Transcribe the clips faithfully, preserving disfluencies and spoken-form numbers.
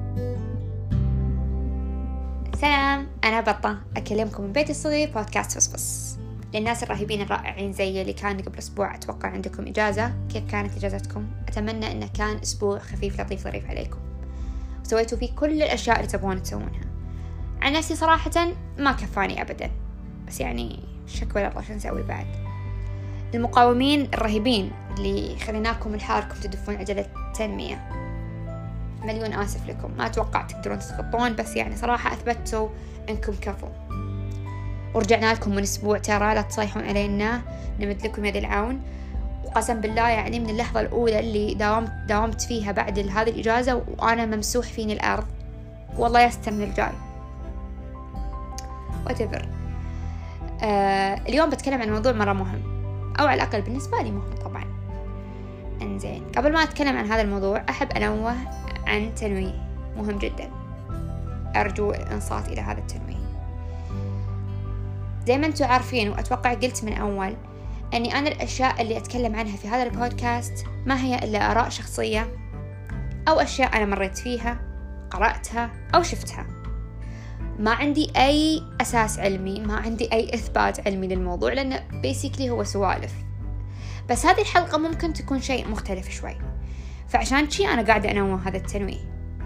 سلام، أنا بطة أكلمكم من بيت الصغير بودكاست فصفص. للناس الرهيبين الرائعين زي اللي كان قبل أسبوع أتوقع عندكم إجازة، كيف كانت إجازتكم؟ أتمنى إنه كان أسبوع خفيف لطيف ظريف عليكم وسويتوا فيه كل الأشياء اللي تبغون تسوونها. عن نفسي صراحة ما كفاني أبدا، بس يعني شكوى لله شو نسوي بعد. المقاومين الرهيبين اللي خليناكم لحالكم تدفون عجلة التنمية، مليون آسف لكم، ما أتوقع تقدرون تسقطون، بس يعني صراحة أثبتوا أنكم كفو. ورجعنا لكم من أسبوع، ترى لا تصيحون علينا، نمد لكم يد العون. وقسم بالله يعني من اللحظة الأولى اللي داومت داومت فيها بعد هذه الإجازة وأنا ممسوح فيني الأرض، والله يستر من الجاي. whatever. آه اليوم بتكلم عن موضوع مرة مهم، أو على الأقل بالنسبة لي مهم طبعا. انزين، قبل ما أتكلم عن هذا الموضوع أحب أنوه عن تنويه مهم جدا، أرجو الإنصات إلى هذا التنويه. زي ما أنتم عارفين وأتوقع قلت من أول أني أنا الأشياء اللي أتكلم عنها في هذا البودكاست ما هي إلا آراء شخصية أو أشياء أنا مريت فيها، قرأتها أو شفتها. ما عندي أي أساس علمي، ما عندي أي إثبات علمي للموضوع، لأنه بيسيكلي هو سوالف. بس هذه الحلقة ممكن تكون شيء مختلف شوي، فعشان شي أنا قاعدة أنوه هذا التنويه.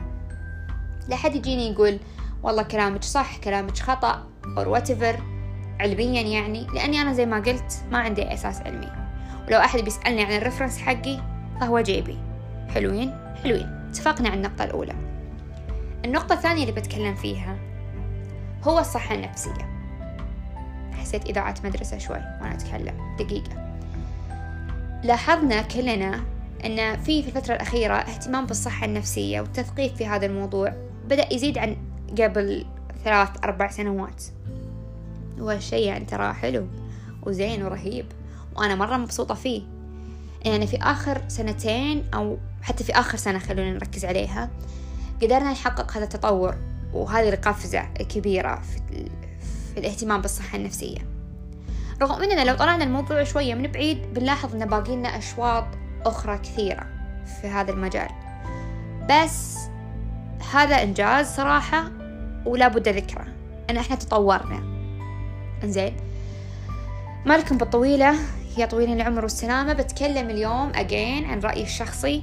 لا حد يجيني يقول والله كلامك صح كلامك خطأ أو whatever علميا، يعني لأني أنا زي ما قلت ما عندي أساس علمي. ولو أحد بيسألني عن الريفرنس حقي فهو جيبي. حلوين حلوين اتفقنا عن النقطة الأولى. النقطة الثانية اللي بتكلم فيها هو الصحة النفسية. حسيت إذاعة مدرسة شوي وأنا أتكلم. دقيقة، لاحظنا كلنا أن في في الفترة الأخيرة اهتمام بالصحة النفسية والتثقيف في هذا الموضوع بدأ يزيد عن قبل ثلاث أربع سنوات، وهالشيء يعني ترى حلو وزين ورهيب، وأنا مرة مبسوطة فيه. يعني في آخر سنتين أو حتى في آخر سنة خلونا نركز عليها، قدرنا نحقق هذا التطور وهذه القفزة الكبيرة في, في الاهتمام بالصحة النفسية. رغم أننا لو طلعنا الموضوع شوية من بعيد بنلاحظ أن باقي لنا أشواط أخرى كثيرة في هذا المجال، بس هذا إنجاز صراحة ولا بد ذكره أن إحنا تطورنا. إنزين، مالكم بالطويلة يا طويلين العمر والسلامة. بتكلم اليوم أجين عن رأيي الشخصي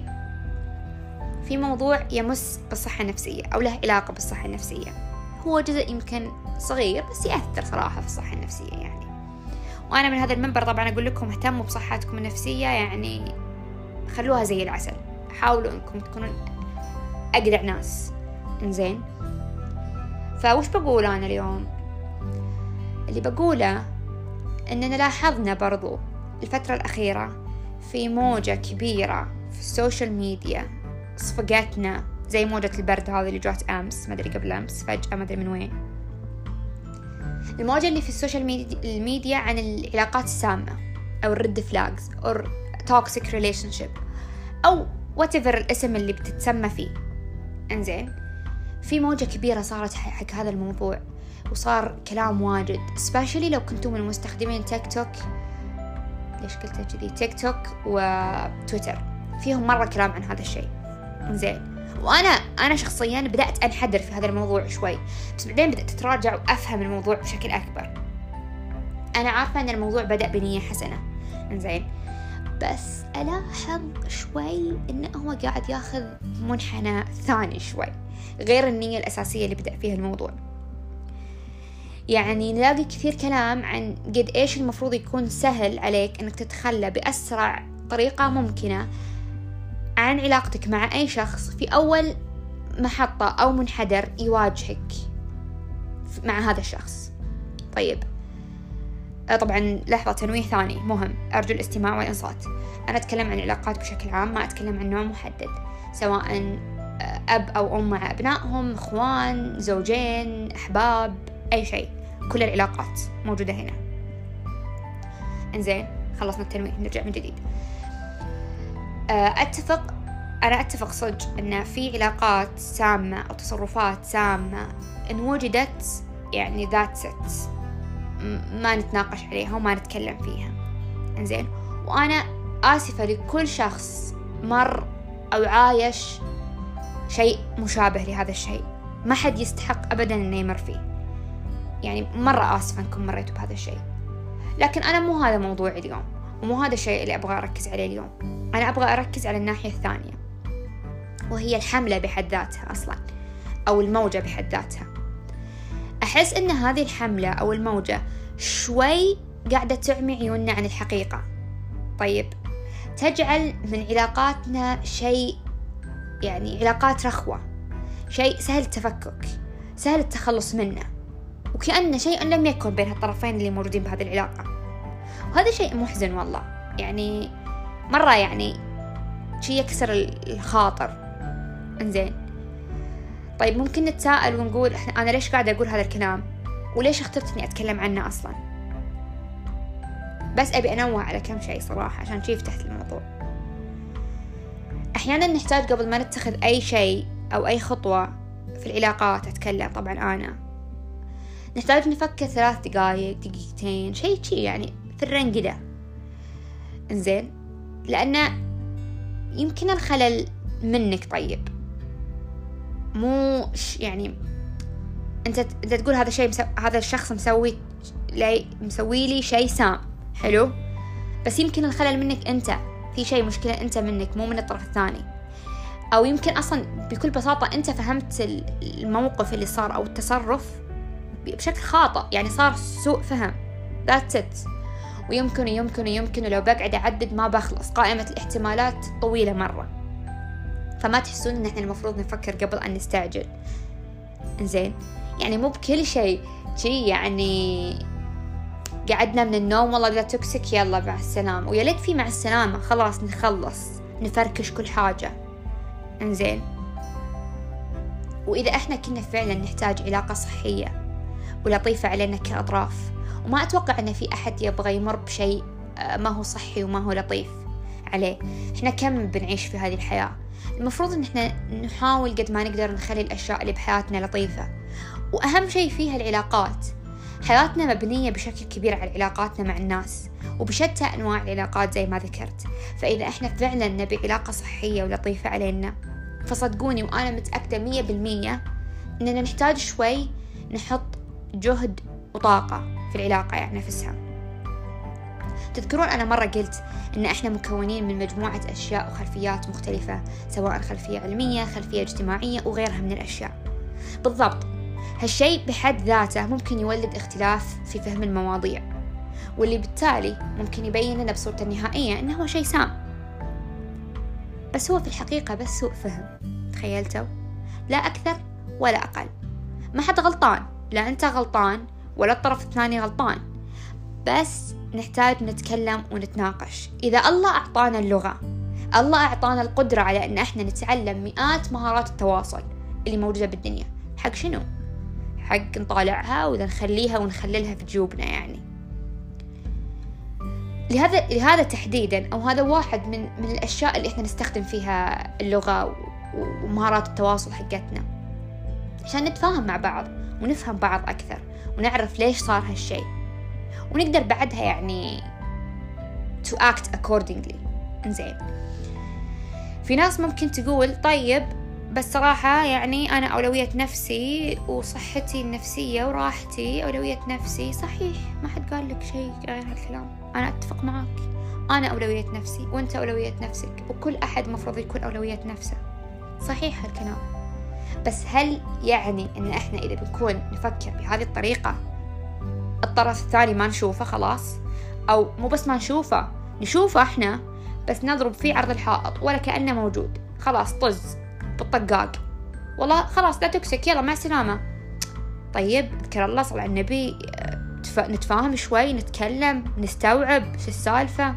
في موضوع يمس بالصحة النفسية أو له علاقة بالصحة النفسية. هو جزء يمكن صغير بس يأثر صراحة في الصحة النفسية يعني. وأنا من هذا المنبر طبعا أقول لكم اهتموا بصحتكم النفسية، يعني خلوها زي العسل، حاولوا أنكم تكونوا أقدع ناس. إنزين، فوش بقول أنا اليوم؟ اللي بقوله أننا لاحظنا برضو الفترة الأخيرة في موجة كبيرة في السوشيال ميديا صفقتنا، زي موجة البرد هذه اللي جات أمس، ما أدري قبل أمس فجأة ما أدري من وين. الموجة اللي في السوشيال ميديا عن العلاقات السامة أو الريد فلاجز أو toxic relationship أو whatever الاسم اللي بتتسمى فيه. إنزين، في موجة كبيرة صارت حق هذا الموضوع، وصار كلام واجد especially لو كنتم من مستخدمين تيك توك. ليش قلت كذي؟ تيك توك وتويتر فيهم مرة كلام عن هذا الشيء. إنزين، وأنا أنا شخصياً بدأت أنحدر في هذا الموضوع شوي، بس بعدين بدأت أتراجع وأفهم الموضوع بشكل أكبر. أنا عارفة أن الموضوع بدأ بنية حسنة، إنزين، بس ألاحظ شوي إنه هو قاعد ياخذ منحنى ثاني شوي غير النية الأساسية اللي بدأ فيها الموضوع. يعني نلاقي كثير كلام عن قد إيش المفروض يكون سهل عليك إنك تتخلى بأسرع طريقة ممكنة عن علاقتك مع أي شخص في أول محطة أو منحدر يواجهك مع هذا الشخص. طيب، طبعا لحظة، تنويه ثاني مهم، أرجو الاستماع والإنصات. أنا أتكلم عن العلاقات بشكل عام، ما أتكلم عن نوع محدد، سواء أب أو أم مع أبنائهم، إخوان، زوجين، أحباب، أي شيء، كل العلاقات موجودة هنا. إنزين، خلصنا التنويه، نرجع من جديد. أتفق أنا أتفق صدق أن في علاقات سامة أو تصرفات سامة إن وجدت يعني ذات ست ما نتناقش عليها وما نتكلم فيها. إنزين، وأنا آسفة لكل شخص مر أو عايش شيء مشابه لهذا الشيء، ما حد يستحق أبدا أنه يمر فيه. يعني مرة آسفة أنكم مريتوا بهذا الشيء، لكن أنا مو هذا موضوعي اليوم، ومو هذا الشيء اللي أبغى أركز عليه اليوم. أنا أبغى أركز على الناحية الثانية، وهي الحملة بحد ذاتها أصلا، أو الموجة بحد ذاتها. أحس أن هذه الحملة أو الموجة شوي قاعدة تعمي عيوننا عن الحقيقة. طيب، تجعل من علاقاتنا شيء، يعني علاقات رخوة، شيء سهل التفكك، سهل التخلص منه، وكأن شيء لم يكن بين الطرفين اللي موجودين بهذه العلاقة. وهذا شيء محزن والله، يعني مرة يعني شيء يكسر الخاطر. انزين، طيب ممكن نتساءل ونقول أنا ليش قاعدة أقول هذا الكلام، وليش اخترت إني أتكلم عنه أصلا؟ بس أبي أنوه على كم شيء صراحة عشان شي فتحت الموضوع. أحيانا نحتاج قبل ما نتخذ أي شيء أو أي خطوة في العلاقات، أتكلم طبعا أنا، نحتاج نفكر ثلاث دقايق دقيقتين، شيء شيء يعني في الرنج ده. إنزين، لأن يمكن الخلل منك. طيب، مو يعني أنت أنت تقول هذا شيء مسو... هذا الشخص مسوي لي مسوي لي شيء سام حلو، بس يمكن الخلل منك أنت، في شيء مشكلة أنت منك، مو من الطرف الثاني. أو يمكن أصلا بكل بساطة أنت فهمت الموقف اللي صار أو التصرف بشكل خاطئ، يعني صار سوء فهم. that's it. ويمكن يمكن يمكن لو بقعد أعدد ما بخلص، قائمة الاحتمالات طويلة مرة. فما تحسون إن إحنا المفروض نفكر قبل أن نستعجل. إنزين، يعني مو بكل شيء شيء يعني قعدنا من النوم والله بلا توكسيك يلا مع السلامة، ويا ليت في مع السلامة، خلاص نخلص نفركش كل حاجة. إنزين، وإذا إحنا كنا فعلا نحتاج علاقة صحية ولطيفة علينا كأطراف، وما أتوقع أن في أحد يبغى يمر بشيء ما هو صحي وما هو لطيف عليه. إحنا كم بنعيش في هذه الحياة، المفروض إن إحنا نحاول قد ما نقدر نخلي الأشياء اللي بحياتنا لطيفة. وأهم شيء فيها العلاقات. حياتنا مبنية بشكل كبير على علاقاتنا مع الناس، وبشتى أنواع العلاقات زي ما ذكرت. فإذا إحنا فعلا نبي علاقة صحية ولطيفة علينا، فصدقوني وأنا متأكدة مية بالمية إننا نحتاج شوي نحط جهد وطاقة في العلاقة يعني نفسها. تذكرون أنا مرة قلت إن إحنا مكونين من مجموعة أشياء وخلفيات مختلفة، سواء خلفية علمية، خلفية اجتماعية، وغيرها من الأشياء. بالضبط، هالشيء بحد ذاته ممكن يولد اختلاف في فهم المواضيع، واللي بالتالي ممكن يبين لنا بصورته النهائية إنه هو شيء سام، بس هو في الحقيقة بس سوء فهم. تخيلتوا؟ لا أكثر ولا أقل. ما حد غلطان، لا أنت غلطان ولا الطرف الثاني غلطان، بس نحتاج نتكلم ونتناقش. إذا الله أعطانا اللغة، الله أعطانا القدرة على أن احنا نتعلم مئات مهارات التواصل اللي موجودة بالدنيا، حق شنو؟ حق نطالعها وإذا نخليها ونخللها في جيوبنا يعني. لهذا لهذا تحديدا، أو هذا واحد من من الأشياء اللي احنا نستخدم فيها اللغة ومهارات التواصل حقتنا، عشان نتفاهم مع بعض ونفهم بعض أكثر، ونعرف ليش صار هالشيء، ونقدر بعدها يعني to act accordingly. إنزين، في ناس ممكن تقول طيب بس صراحة يعني أنا أولوية نفسي وصحتي النفسية وراحتي أولوية نفسي. صحيح، ما حد قال لك شيء غير هالكلام، أنا أتفق معك. أنا أولوية نفسي وأنت أولوية نفسك، وكل أحد مفروض يكون أولوية نفسه. صحيح هالكلام، بس هل يعني إن إحنا إذا بنكون نفكر بهذه الطريقة الطرف الثاني ما نشوفه خلاص؟ أو مو بس ما نشوفه، نشوفه إحنا بس نضرب فيه عرض الحائط ولا كأنه موجود، خلاص طز بالطقاق، والله خلاص لا تكسك يلا مع السلامة. طيب اذكر الله، صل على النبي، نتفاهم شوي، نتكلم، نستوعب شو السالفة.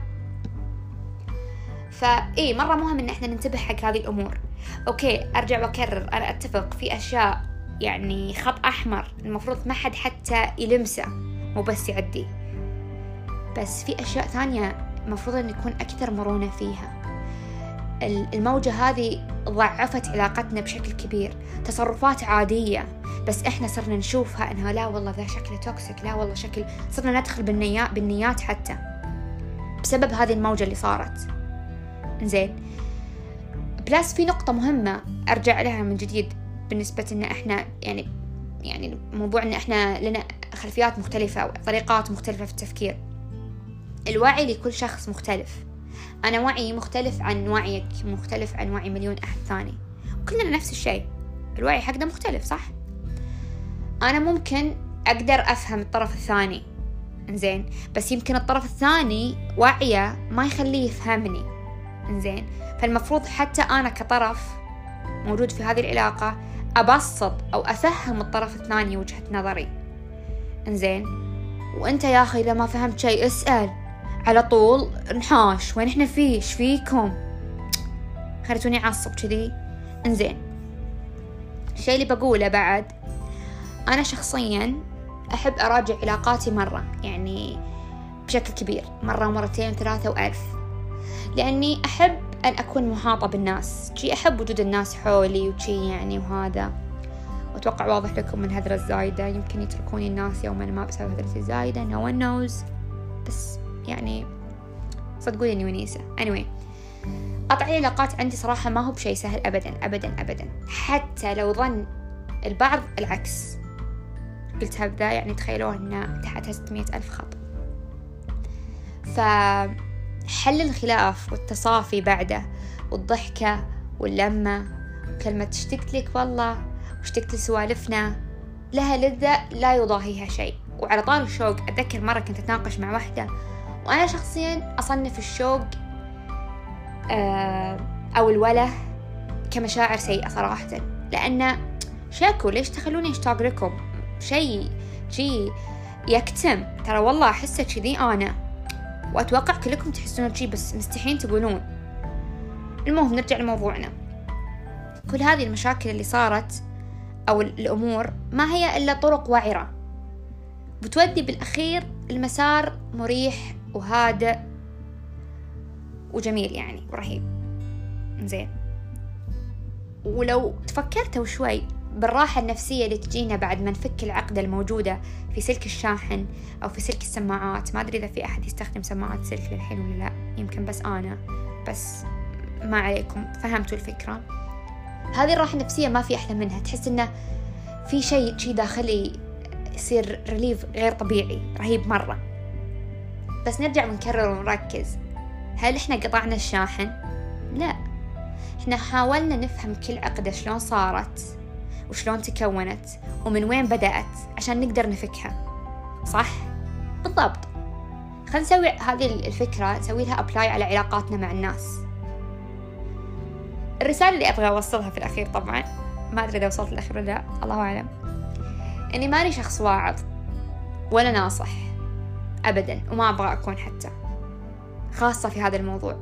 فإيه مرة مهم إن إحنا ننتبه حق هذه الأمور. أوكي، أرجع وأكرر، أنا أتفق في أشياء يعني خط أحمر المفروض ما حد حتى يلمسه، مو بس يعدي، بس في أشياء ثانية المفروض أن نكون أكثر مرونة فيها. الموجة هذه ضعفت علاقتنا بشكل كبير، تصرفات عادية بس إحنا صرنا نشوفها إنها لا والله ذا شكله توكسيك، لا والله شكل، صرنا ندخل بالنيات بالنيات حتى بسبب هذه الموجة اللي صارت. إنزين، بلاس في نقطة مهمة أرجع لها من جديد بالنسبة إن إحنا يعني يعني موضوع إن إحنا لنا خلفيات مختلفة أو طريقات مختلفة في التفكير. الوعي لكل شخص مختلف. أنا وعي مختلف عن وعيك، مختلف عن وعي مليون أحد ثاني، وكلنا نفس الشيء. الوعي حقنا مختلف صح؟ أنا ممكن أقدر أفهم الطرف الثاني إنزين، بس يمكن الطرف الثاني وعيه ما يخليه يفهمني إنزين. فالمفروض حتى أنا كطرف موجود في هذه العلاقة أبسط أو أفهم الطرف الثاني وجهة نظري إنزين. وأنت يا أخي إذا ما فهمت شيء اسأل على طول، نحاش وين إحنا فيه، إيش فيكم، خلتوني أعصب كذي إنزين. الشيء اللي بقوله بعد، أنا شخصيا أحب أراجع علاقاتي مرة، يعني بشكل كبير، مرة ومرتين ثلاثة وألف، لأني أحب أن أكون محاطة بالناس، شي أحب وجود الناس حولي وشي يعني. وهذا وأتوقع واضح لكم من هذرة الزايدة، يمكن يتركوني الناس يوما ما بسبب هذرة الزايدة، no one knows، بس يعني صدقوني إني ونيسة. anyway قطع العلاقات عندي صراحة ما هو بشيء سهل أبدا أبدا أبدا، حتى لو ظن البعض العكس. قلتها بذا يعني تخيلوه إن تحتها ستمية ألف خط. فحل الخلاف والتصافي بعده والضحكة واللمة وكلمة اشتقت لك والله واشتقت لسوالفنا لها لذة لا يضاهيها شيء. وعلى طار الشوق، أتذكر مرة كنت أتناقش مع واحدة، وأنا شخصيا أصنف الشوق أو الوله كمشاعر سيئة صراحة، لأن شاكو ليش تخلوني اشتاق لكم، شيء شيء يكتم، ترى والله أحسه كذي أنا، وأتوقع كلكم تحسون شيء بس مستحيل تقولون. المهم نرجع لموضوعنا. كل هذه المشاكل اللي صارت أو الأمور ما هي إلا طرق وعرة بتودي بالأخير المسار مريح وهادئ وجميل يعني ورهيب زين. ولو تفكرتوا شوي بالراحة النفسية اللي تجينا بعد ما نفك العقدة الموجودة في سلك الشاحن أو في سلك السماعات، ما أدري إذا في أحد يستخدم سماعات سلك للحين ولا لا، يمكن بس أنا، بس ما عليكم فهمتوا الفكرة. هذه الراحة النفسية ما في أحلى منها، تحس إنه في شيء شيء داخلي يصير ريليف غير طبيعي رهيب مرة. بس نرجع ونكرر ونركز، هل إحنا قطعنا الشاحن؟ لا، إحنا حاولنا نفهم كل عقدة شلون صارت وشلون تكونت ومن وين بدأت عشان نقدر نفكها صح؟ بالضبط. خلينا نسوي هذه الفكرة نسوي لها أبلاي على علاقاتنا مع الناس. الرسالة اللي أبغى أوصلها في الأخير، طبعا ما أدري إذا وصلت الأخير ولا لا، الله أعلم، إني ماني شخص واعظ ولا ناصح أبدا، وما أبغى أكون حتى، خاصة في هذا الموضوع.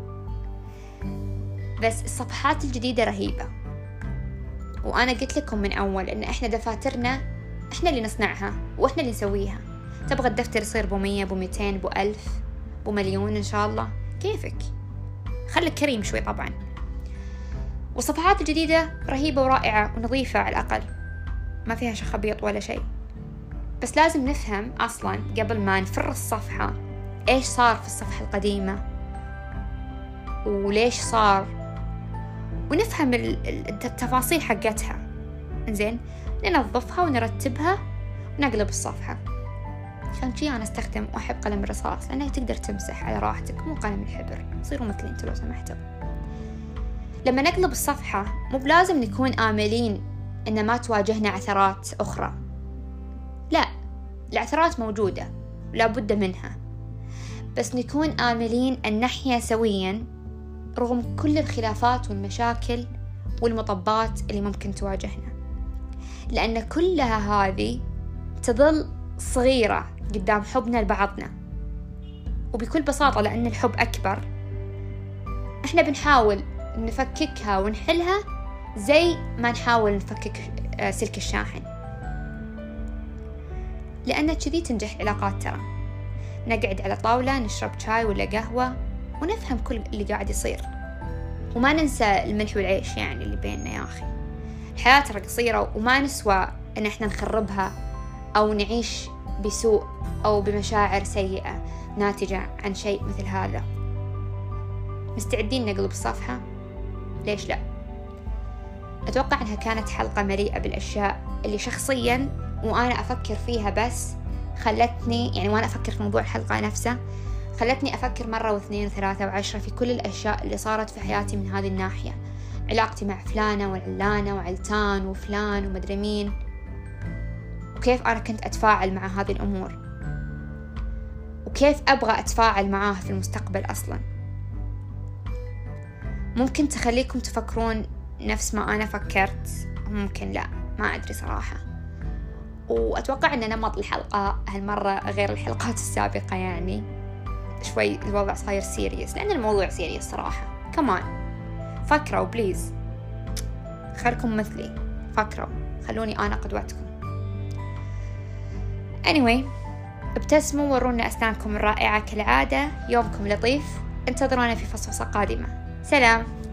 بس الصفحات الجديدة رهيبة، وأنا قلت لكم من أول إن إحنا دفاترنا إحنا اللي نصنعها وإحنا اللي نسويها. تبغى الدفتر يصير بمية بميتين بألف بمليون إن شاء الله، كيفك، خليك كريم شوي طبعا. والصفحات الجديدة رهيبة ورائعة ونظيفة على الأقل، ما فيها شخبيط ولا شيء، بس لازم نفهم أصلا قبل ما نفر الصفحة إيش صار في الصفحة القديمة وليش صار، ونفهم التفاصيل حقتها إنزين، ننظفها ونرتبها ونقلب الصفحة. عشان شي أنا أستخدم وأحب قلم الرصاص لأنه تقدر تمسح على راحتك، مو قلم الحبر، صيروا مثلي انتوا لو سمحتوا. لما نقلب الصفحة مو بلازم نكون آملين إن ما تواجهنا عثرات أخرى، لا، العثرات موجودة ولا بد منها، بس نكون آملين أن نحيا سويا رغم كل الخلافات والمشاكل والمطبات اللي ممكن تواجهنا، لأن كلها هذه تظل صغيرة قدام حبنا لبعضنا. وبكل بساطة لأن الحب أكبر، إحنا بنحاول نفككها ونحلها زي ما نحاول نفكك سلك الشاحن، لأن كذي تنجح العلاقات. ترى نقعد على طاولة نشرب شاي ولا قهوة ونفهم كل اللي قاعد يصير، وما ننسى الملح والعيش يعني اللي بيننا. يا أخي الحياة ترى قصيرة، وما نسوى إن إحنا نخربها أو نعيش بسوء أو بمشاعر سيئة ناتجة عن شيء مثل هذا. مستعدين نقلب الصفحة؟ ليش لا؟ أتوقع أنها كانت حلقة مليئة بالأشياء اللي شخصيا وأنا أفكر فيها، بس خلتني يعني وأنا أفكر في موضوع الحلقة نفسه خلتني أفكر مرة واثنين وثلاثة وعشرة في كل الأشياء اللي صارت في حياتي من هذه الناحية، علاقتي مع فلانة وعلانة وعلتان وفلان ومدري مين، وكيف أنا كنت أتفاعل مع هذه الأمور، وكيف أبغى أتفاعل معاها في المستقبل أصلا. ممكن تخليكم تفكرون نفس ما أنا فكرت، ممكن لا، ما أدري صراحة. وأتوقع أن نمط الحلقة هالمرة غير الحلقات السابقة، يعني شوي الوضع صاير سيريس، لأن الموضوع سيريس صراحة. كمان فكروا بليز، خلكم مثلي، فكروا، خلوني أنا قدوتكم. anyway، ابتسموا ورونا أسنانكم الرائعة كالعادة. يومكم لطيف، انتظرونا في فصفصة قادمة. سلام.